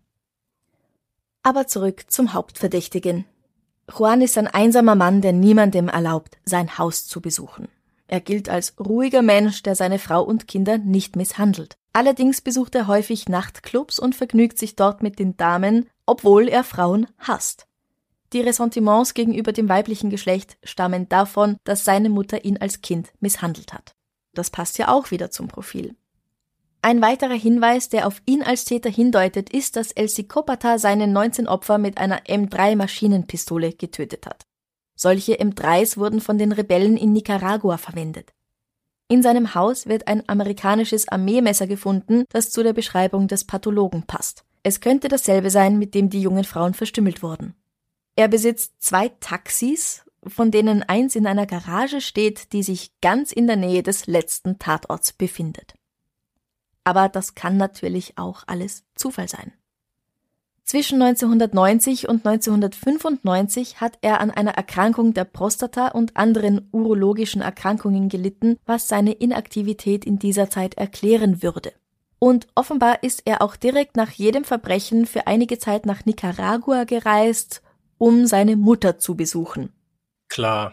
Aber zurück zum Hauptverdächtigen. Juan ist ein einsamer Mann, der niemandem erlaubt, sein Haus zu besuchen. Er gilt als ruhiger Mensch, der seine Frau und Kinder nicht misshandelt. Allerdings besucht er häufig Nachtclubs und vergnügt sich dort mit den Damen, obwohl er Frauen hasst. Die Ressentiments gegenüber dem weiblichen Geschlecht stammen davon, dass seine Mutter ihn als Kind misshandelt hat. Das passt ja auch wieder zum Profil. Ein weiterer Hinweis, der auf ihn als Täter hindeutet, ist, dass El Psicópata seine 19 Opfer mit einer M3-Maschinenpistole getötet hat. Solche M3s wurden von den Rebellen in Nicaragua verwendet. In seinem Haus wird ein amerikanisches Armeemesser gefunden, das zu der Beschreibung des Pathologen passt. Es könnte dasselbe sein, mit dem die jungen Frauen verstümmelt wurden. Er besitzt 2 Taxis, von denen eins in einer Garage steht, die sich ganz in der Nähe des letzten Tatorts befindet. Aber das kann natürlich auch alles Zufall sein. Zwischen 1990 und 1995 hat er an einer Erkrankung der Prostata und anderen urologischen Erkrankungen gelitten, was seine Inaktivität in dieser Zeit erklären würde. Und offenbar ist er auch direkt nach jedem Verbrechen für einige Zeit nach Nicaragua gereist, um seine Mutter zu besuchen. Klar.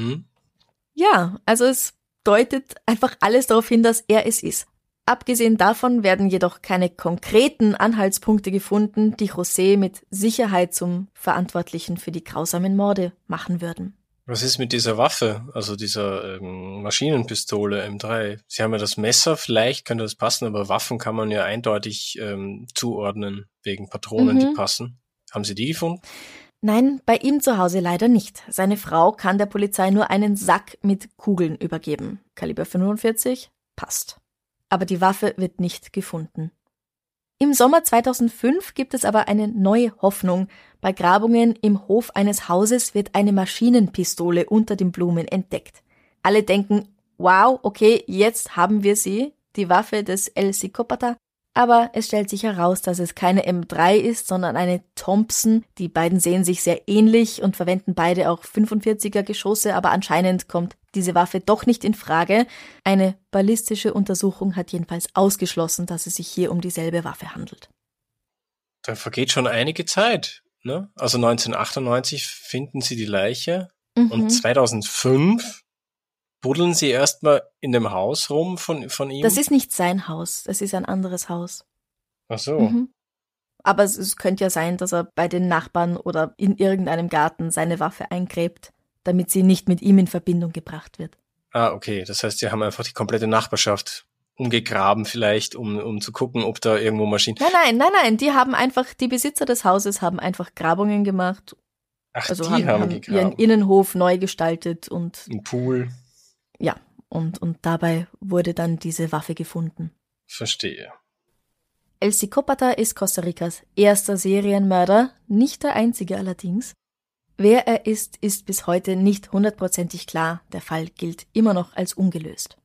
Ja, also es deutet einfach alles darauf hin, dass er es ist. Abgesehen davon werden jedoch keine konkreten Anhaltspunkte gefunden, die José mit Sicherheit zum Verantwortlichen für die grausamen Morde machen würden. Was ist mit dieser Waffe, also dieser Maschinenpistole M3? Sie haben ja das Messer, vielleicht könnte das passen, aber Waffen kann man ja eindeutig zuordnen, wegen Patronen, die passen. Haben Sie die gefunden? Nein, bei ihm zu Hause leider nicht. Seine Frau kann der Polizei nur einen Sack mit Kugeln übergeben. Kaliber 45 passt. Aber die Waffe wird nicht gefunden. Im Sommer 2005 gibt es aber eine neue Hoffnung. Bei Grabungen im Hof eines Hauses wird eine Maschinenpistole unter den Blumen entdeckt. Alle denken, wow, okay, jetzt haben wir sie, die Waffe des El Psicópata. Aber es stellt sich heraus, dass es keine M3 ist, sondern eine Thompson. Die beiden sehen sich sehr ähnlich und verwenden beide auch 45er Geschosse, aber anscheinend kommt diese Waffe doch nicht in Frage. Eine ballistische Untersuchung hat jedenfalls ausgeschlossen, dass es sich hier um dieselbe Waffe handelt. Da vergeht schon einige Zeit, ne? Also 1998 finden sie die Leiche und 2005 buddeln sie erstmal in dem Haus rum von ihm? Das ist nicht sein Haus, das ist ein anderes Haus. Ach so. Aber es könnte ja sein, dass er bei den Nachbarn oder in irgendeinem Garten seine Waffe eingräbt, damit sie nicht mit ihm in Verbindung gebracht wird. Ah, okay. Das heißt, sie haben einfach die komplette Nachbarschaft umgegraben vielleicht, um zu gucken, ob da irgendwo Maschinen... Nein. Die Besitzer des Hauses haben einfach Grabungen gemacht. Ach, also die haben gegraben. Ihren Innenhof neu gestaltet und... Ein Pool. Ja, und dabei wurde dann diese Waffe gefunden. Verstehe. El Psicópata ist Costa Ricas erster Serienmörder, nicht der einzige allerdings. Wer er ist bis heute nicht 100%ig klar. Der Fall gilt immer noch als ungelöst.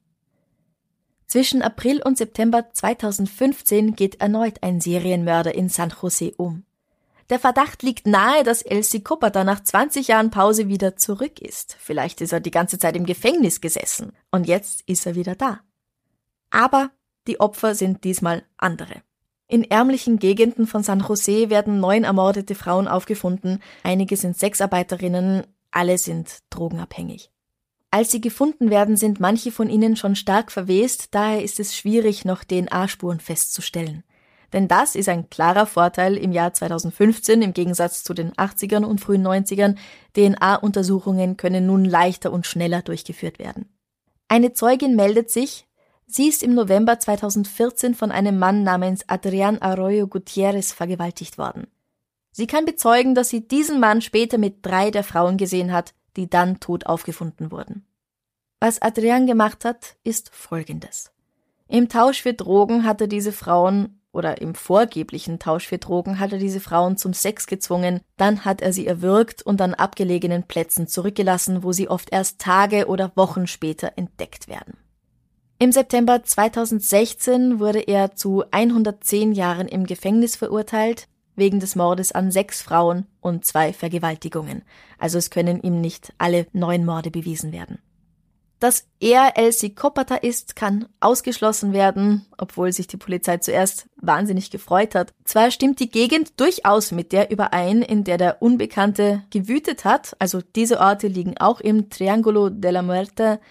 Zwischen April und September 2015 geht erneut ein Serienmörder in San José um. Der Verdacht liegt nahe, dass El Psicópata nach 20 Jahren Pause wieder zurück ist. Vielleicht ist er die ganze Zeit im Gefängnis gesessen und jetzt ist er wieder da. Aber die Opfer sind diesmal andere. In ärmlichen Gegenden von San José werden 9 ermordete Frauen aufgefunden. Einige sind Sexarbeiterinnen, alle sind drogenabhängig. Als sie gefunden werden, sind manche von ihnen schon stark verwest, daher ist es schwierig, noch DNA-Spuren festzustellen. Denn das ist ein klarer Vorteil im Jahr 2015 im Gegensatz zu den 80ern und frühen 90ern. DNA-Untersuchungen können nun leichter und schneller durchgeführt werden. Eine Zeugin meldet sich. Sie ist im November 2014 von einem Mann namens Adrián Arroyo Gutiérrez vergewaltigt worden. Sie kann bezeugen, dass sie diesen Mann später mit 3 der Frauen gesehen hat, die dann tot aufgefunden wurden. Was Adrián gemacht hat, ist Folgendes. Im Tausch für Drogen hat er diese Frauen oder im vorgeblichen Tausch für Drogen hat er diese Frauen zum Sex gezwungen, dann hat er sie erwürgt und an abgelegenen Plätzen zurückgelassen, wo sie oft erst Tage oder Wochen später entdeckt werden. Im September 2016 wurde er zu 110 Jahren im Gefängnis verurteilt, wegen des Mordes an 6 Frauen und 2 Vergewaltigungen. Also es können ihm nicht alle 9 Morde bewiesen werden. Dass er El Psicópata ist, kann ausgeschlossen werden, obwohl sich die Polizei zuerst wahnsinnig gefreut hat. Zwar stimmt die Gegend durchaus mit der überein, in der der Unbekannte gewütet hat, also diese Orte liegen auch im Triángulo de la Muerte,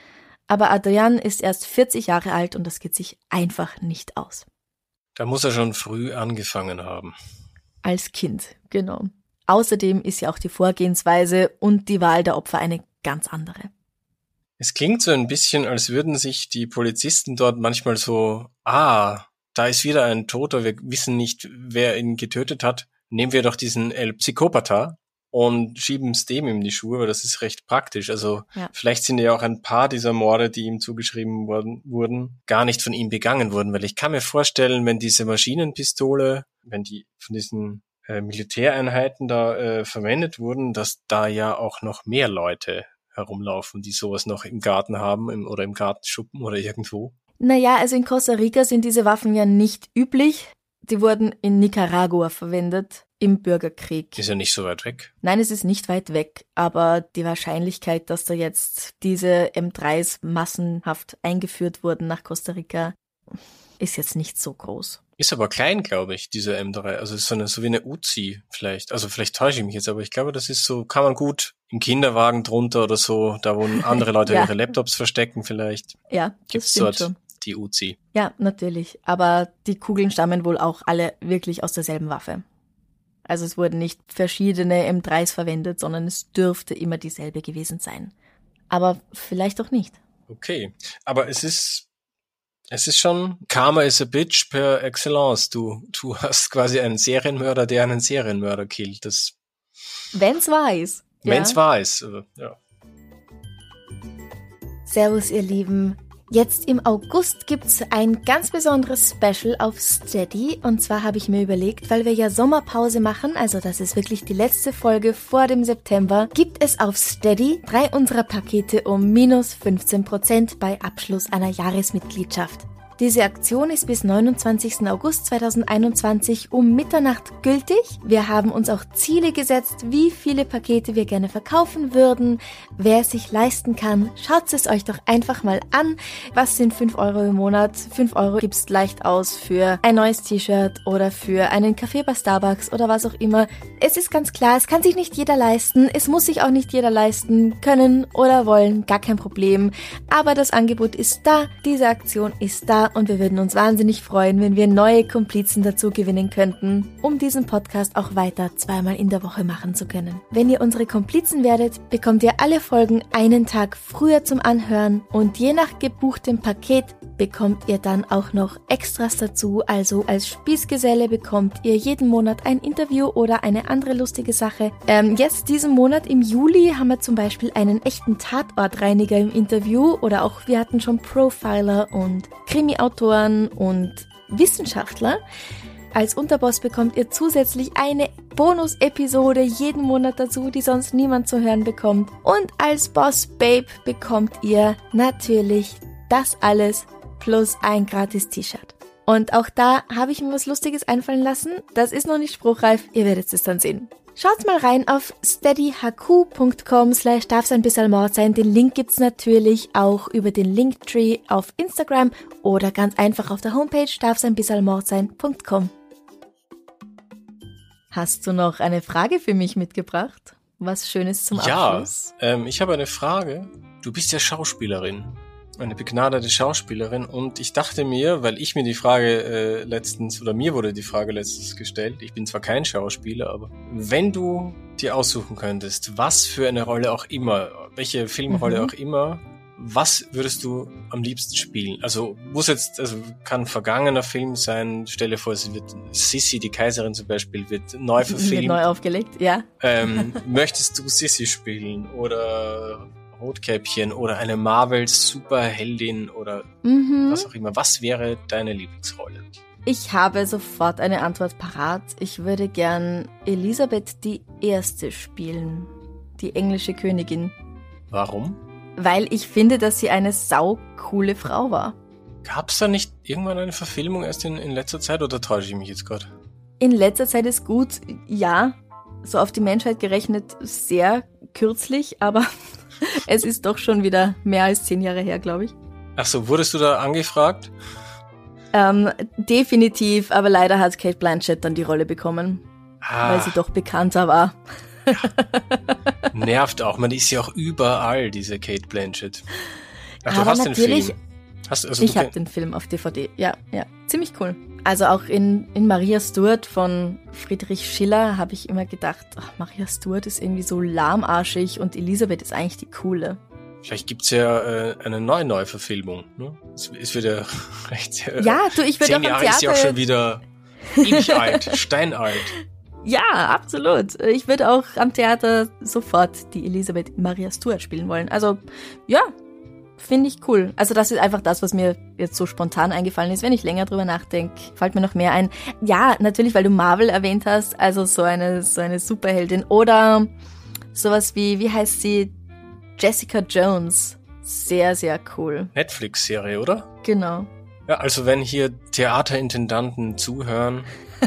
Aber Adrian ist erst 40 Jahre alt und das geht sich einfach nicht aus. Da muss er schon früh angefangen haben. Als Kind, genau. Außerdem ist ja auch die Vorgehensweise und die Wahl der Opfer eine ganz andere. Es klingt so ein bisschen, als würden sich die Polizisten dort manchmal so, da ist wieder ein Toter, wir wissen nicht, wer ihn getötet hat. Nehmen wir doch diesen El Psychopatha und schieben es dem in die Schuhe, weil das ist recht praktisch. Also Vielleicht sind ja auch ein paar dieser Morde, die ihm zugeschrieben wurden, gar nicht von ihm begangen wurden, weil ich kann mir vorstellen, wenn diese Maschinenpistole, wenn die von diesen Militäreinheiten da verwendet wurden, dass da ja auch noch mehr Leute herumlaufen, die sowas noch im Garten haben oder im Gartenschuppen oder irgendwo. Naja, also in Costa Rica sind diese Waffen ja nicht üblich. Die wurden in Nicaragua verwendet, im Bürgerkrieg. Ist ja nicht so weit weg. Nein, es ist nicht weit weg, aber die Wahrscheinlichkeit, dass da jetzt diese M3s massenhaft eingeführt wurden nach Costa Rica, ist jetzt nicht so groß. Ist aber klein, glaube ich, diese M3. Also ist so wie eine Uzi vielleicht. Also vielleicht täusche ich mich jetzt, aber ich glaube, das ist so, kann man gut im Kinderwagen drunter oder so, da wo andere Leute ihre Laptops verstecken vielleicht. Ja, das gibt's stimmt dort schon. Die Uzi. Ja, natürlich. Aber die Kugeln stammen wohl auch alle wirklich aus derselben Waffe. Also es wurden nicht verschiedene M3s verwendet, sondern es dürfte immer dieselbe gewesen sein. Aber vielleicht auch nicht. Okay, aber es ist schon, Karma is a bitch per excellence. Du hast quasi einen Serienmörder, der einen Serienmörder killt. Wenn's wahr ist. Wenn's wahr ist, ja. Servus, ihr Lieben. Jetzt im August gibt's ein ganz besonderes Special auf Steady. Und zwar habe ich mir überlegt, weil wir ja Sommerpause machen, also das ist wirklich die letzte Folge vor dem September, gibt es auf Steady 3 unserer Pakete um minus 15% bei Abschluss einer Jahresmitgliedschaft. Diese Aktion ist bis 29. August 2021 um Mitternacht gültig. Wir haben uns auch Ziele gesetzt, wie viele Pakete wir gerne verkaufen würden. Wer es sich leisten kann, schaut es euch doch einfach mal an. Was sind 5 Euro im Monat? 5 Euro gibt's leicht aus für ein neues T-Shirt oder für einen Kaffee bei Starbucks oder was auch immer. Es ist ganz klar, es kann sich nicht jeder leisten. Es muss sich auch nicht jeder leisten können oder wollen. Gar kein Problem. Aber das Angebot ist da. Diese Aktion ist da. Und wir würden uns wahnsinnig freuen, wenn wir neue Komplizen dazu gewinnen könnten, um diesen Podcast auch weiter 2-mal in der Woche machen zu können. Wenn ihr unsere Komplizen werdet, bekommt ihr alle Folgen einen Tag früher zum Anhören und je nach gebuchtem Paket bekommt ihr dann auch noch Extras dazu. Also als Spießgeselle bekommt ihr jeden Monat ein Interview oder eine andere lustige Sache. Jetzt diesen Monat im Juli haben wir zum Beispiel einen echten Tatortreiniger im Interview oder auch wir hatten schon Profiler und Krimi-Autoren und Wissenschaftler. Als Unterboss bekommt ihr zusätzlich eine Bonus-Episode jeden Monat dazu, die sonst niemand zu hören bekommt. Und als Boss Babe bekommt ihr natürlich das alles plus ein gratis T-Shirt. Und auch da habe ich mir was Lustiges einfallen lassen. Das ist noch nicht spruchreif, ihr werdet es dann sehen. Schaut mal rein auf steadyhq.com/darfseinbissalmord sein. Den Link gibt's natürlich auch über den Linktree auf Instagram oder ganz einfach auf der Homepage darfseinbissalmordsein.com. Hast du noch eine Frage für mich mitgebracht? Was Schönes zum Abschluss? Ja, ich habe eine Frage. Du bist ja Schauspielerin. Eine begnadete Schauspielerin und ich dachte mir, weil ich mir die Frage mir wurde die Frage letztens gestellt, ich bin zwar kein Schauspieler, aber wenn du dir aussuchen könntest, was für eine Rolle auch immer, welche Filmrolle auch immer, was würdest du am liebsten spielen? Also kann ein vergangener Film sein, stelle vor, es wird Sissi, die Kaiserin zum Beispiel, wird neu verfilmt. Wird neu aufgelegt, ja. Möchtest du Sissi spielen oder Rotkäppchen oder eine Marvel-Superheldin oder was auch immer. Was wäre deine Lieblingsrolle? Ich habe sofort eine Antwort parat. Ich würde gern Elisabeth I. spielen. Die englische Königin. Warum? Weil ich finde, dass sie eine saucoole Frau war. Gab's da nicht irgendwann eine Verfilmung erst in letzter Zeit oder täusche ich mich jetzt gerade? In letzter Zeit ist gut, ja. So auf die Menschheit gerechnet sehr kürzlich, aber es ist doch schon wieder mehr als 10 Jahre her, glaube ich. Ach so, wurdest du da angefragt? Definitiv, aber leider hat Cate Blanchett dann die Rolle bekommen, weil sie doch bekannter war. Nervt auch, man ist ja auch überall, diese Cate Blanchett. Ach, du Aber hast natürlich, den Film. ich habe den Film auf DVD. Ja, ziemlich cool. Also auch in Maria Stuart von Friedrich Schiller habe ich immer gedacht, Maria Stuart ist irgendwie so lahmarschig und Elisabeth ist eigentlich die Coole. Vielleicht gibt's ja eine Neuverfilmung. Ne? Es wird ja recht... Ja, du, ich würde auch 10 am Jahre ist ja auch Theater... schon wieder ewig alt, steinalt. Ja, absolut. Ich würde auch am Theater sofort die Elisabeth Maria Stuart spielen wollen. Also, ja, finde ich cool. Also das ist einfach das, was mir jetzt so spontan eingefallen ist. Wenn ich länger drüber nachdenke, fällt mir noch mehr ein. Ja, natürlich, weil du Marvel erwähnt hast, also so eine Superheldin. Oder sowas wie heißt sie? Jessica Jones. Sehr, sehr cool. Netflix-Serie, oder? Genau. Ja, also wenn hier Theaterintendanten zuhören,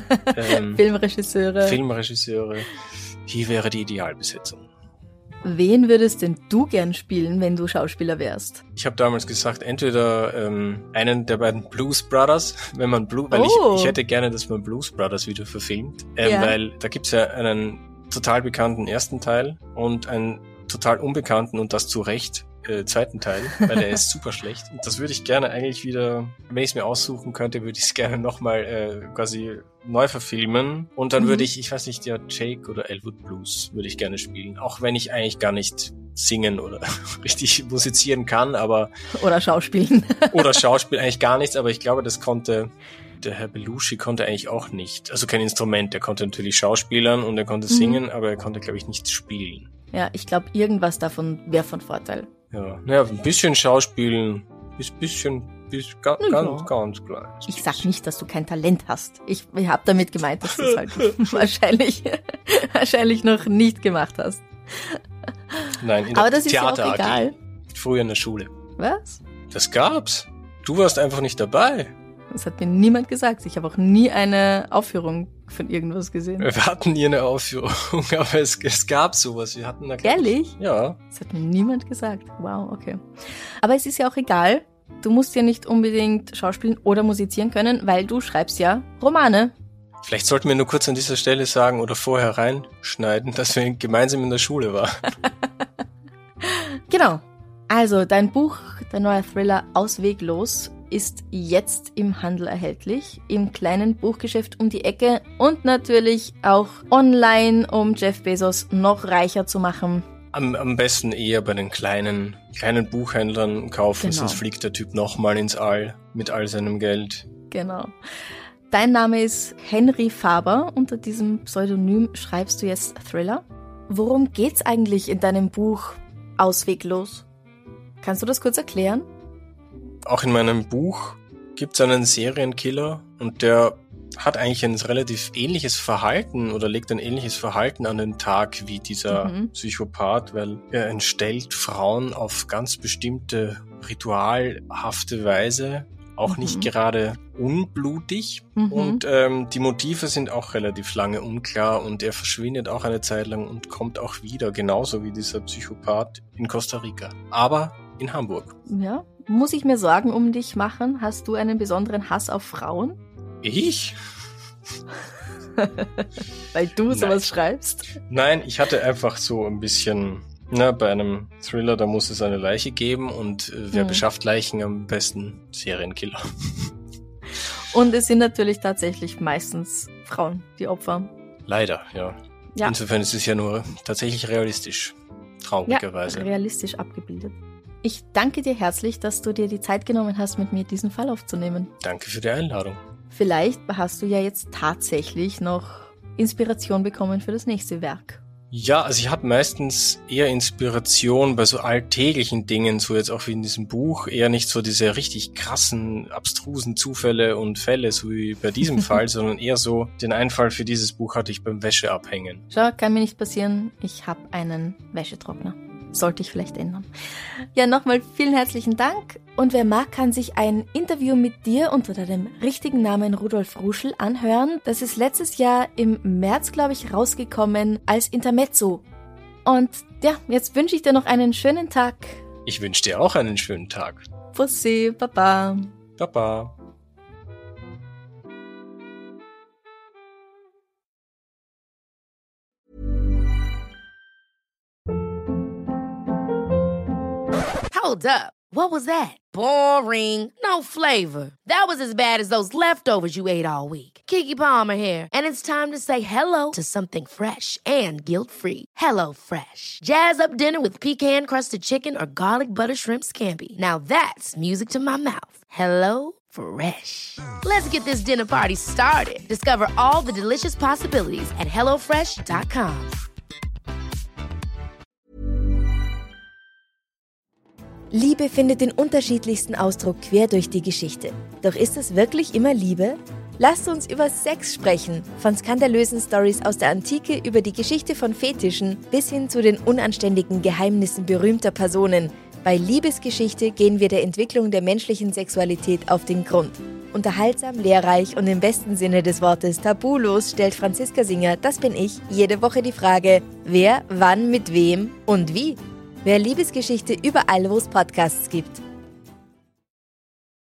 Filmregisseure. hier wäre die Idealbesetzung. Wen würdest denn du gern spielen, wenn du Schauspieler wärst? Ich habe damals gesagt, entweder einen der beiden Blues Brothers, wenn man weil ich hätte gerne, dass man Blues Brothers wieder verfilmt, weil da gibt's ja einen total bekannten ersten Teil und einen total unbekannten und das zu Recht zweiten Teil, weil der ist super schlecht. Und das würde ich gerne eigentlich wieder, wenn ich es mir aussuchen könnte, würde ich es gerne nochmal quasi neu verfilmen. Und dann würde ich weiß nicht, ja, Jake oder Elwood Blues würde ich gerne spielen. Auch wenn ich eigentlich gar nicht singen oder richtig musizieren kann, aber... Oder schauspielen. Oder Schauspiel, eigentlich gar nichts, aber ich glaube, das konnte... Der Herr Belushi konnte eigentlich auch nicht. Also kein Instrument, der konnte natürlich schauspielern und er konnte singen, aber er konnte, glaube ich, nichts spielen. Ja, ich glaube, irgendwas davon wäre von Vorteil. Ja, naja, ein bisschen Schauspielen, ganz klein. Ich sag nicht, dass du kein Talent hast. Ich habe damit gemeint, dass du es halt wahrscheinlich noch nicht gemacht hast. Nein, in aber der das ist ja auch Theater egal. AG. Früher in der Schule. Was? Das gab's. Du warst einfach nicht dabei. Das hat mir niemand gesagt. Ich habe auch nie eine Aufführung von irgendwas gesehen. Wir hatten nie eine Aufführung, aber es gab sowas. Wir hatten da Ehrlich? Ja. Das hat mir niemand gesagt. Wow, okay. Aber es ist ja auch egal. Du musst ja nicht unbedingt schauspielen oder musizieren können, weil du schreibst ja Romane. Vielleicht sollten wir nur kurz an dieser Stelle sagen oder vorher reinschneiden, dass wir gemeinsam in der Schule waren. Genau. Also, dein Buch, der neue Thriller Ausweglos, ist jetzt im Handel erhältlich, im kleinen Buchgeschäft um die Ecke und natürlich auch online, um Jeff Bezos noch reicher zu machen. Am besten eher bei den kleinen Buchhändlern kaufen, Genau. Sonst fliegt der Typ nochmal ins All mit all seinem Geld. Genau. Dein Name ist Henry Faber. Unter diesem Pseudonym schreibst du jetzt Thriller. Worum geht's eigentlich in deinem Buch Ausweglos? Kannst du das kurz erklären? Auch in meinem Buch gibt es einen Serienkiller und der hat eigentlich ein relativ ähnliches Verhalten oder legt ein ähnliches Verhalten an den Tag wie dieser Psychopath, weil er entstellt Frauen auf ganz bestimmte ritualhafte Weise, auch nicht gerade unblutig und die Motive sind auch relativ lange unklar und er verschwindet auch eine Zeit lang und kommt auch wieder, genauso wie dieser Psychopath in Costa Rica, aber in Hamburg. Ja. Muss ich mir Sorgen um dich machen? Hast du einen besonderen Hass auf Frauen? Ich? Weil du sowas schreibst? Nein, ich hatte einfach so ein bisschen, bei einem Thriller, da muss es eine Leiche geben und wer beschafft Leichen am besten? Serienkiller. Und es sind natürlich tatsächlich meistens Frauen, die Opfer. Leider, ja. Insofern ist es ja nur tatsächlich realistisch, traurigerweise. Ja, realistisch abgebildet. Ich danke dir herzlich, dass du dir die Zeit genommen hast, mit mir diesen Fall aufzunehmen. Danke für die Einladung. Vielleicht hast du ja jetzt tatsächlich noch Inspiration bekommen für das nächste Werk. Ja, also ich habe meistens eher Inspiration bei so alltäglichen Dingen, so jetzt auch wie in diesem Buch, eher nicht so diese richtig krassen, abstrusen Zufälle und Fälle, so wie bei diesem Fall, sondern eher so, den Einfall für dieses Buch hatte ich beim Wäscheabhängen. Schau, kann mir nicht passieren, ich habe einen Wäschetrockner. Sollte ich vielleicht ändern. Ja, nochmal vielen herzlichen Dank. Und wer mag, kann sich ein Interview mit dir unter deinem richtigen Namen Rudolf Ruschel anhören. Das ist letztes Jahr im März, glaube ich, rausgekommen als Intermezzo. Und ja, jetzt wünsche ich dir noch einen schönen Tag. Ich wünsche dir auch einen schönen Tag. Pussy, Baba. Baba. Hold up. What was that? Boring. No flavor. That was as bad as those leftovers you ate all week. Keke Palmer here, and it's time to say hello to something fresh and guilt-free. Hello Fresh. Jazz up dinner with pecan-crusted chicken or garlic butter shrimp scampi. Now that's music to my mouth. Hello Fresh. Let's get this dinner party started. Discover all the delicious possibilities at hellofresh.com. Liebe findet den unterschiedlichsten Ausdruck quer durch die Geschichte. Doch ist es wirklich immer Liebe? Lasst uns über Sex sprechen. Von skandalösen Storys aus der Antike über die Geschichte von Fetischen bis hin zu den unanständigen Geheimnissen berühmter Personen. Bei Liebesgeschichte gehen wir der Entwicklung der menschlichen Sexualität auf den Grund. Unterhaltsam, lehrreich und im besten Sinne des Wortes tabulos stellt Franziska Singer, das bin ich, jede Woche die Frage, wer, wann, mit wem und wie. Wer Liebesgeschichte überall, wo es Podcasts gibt.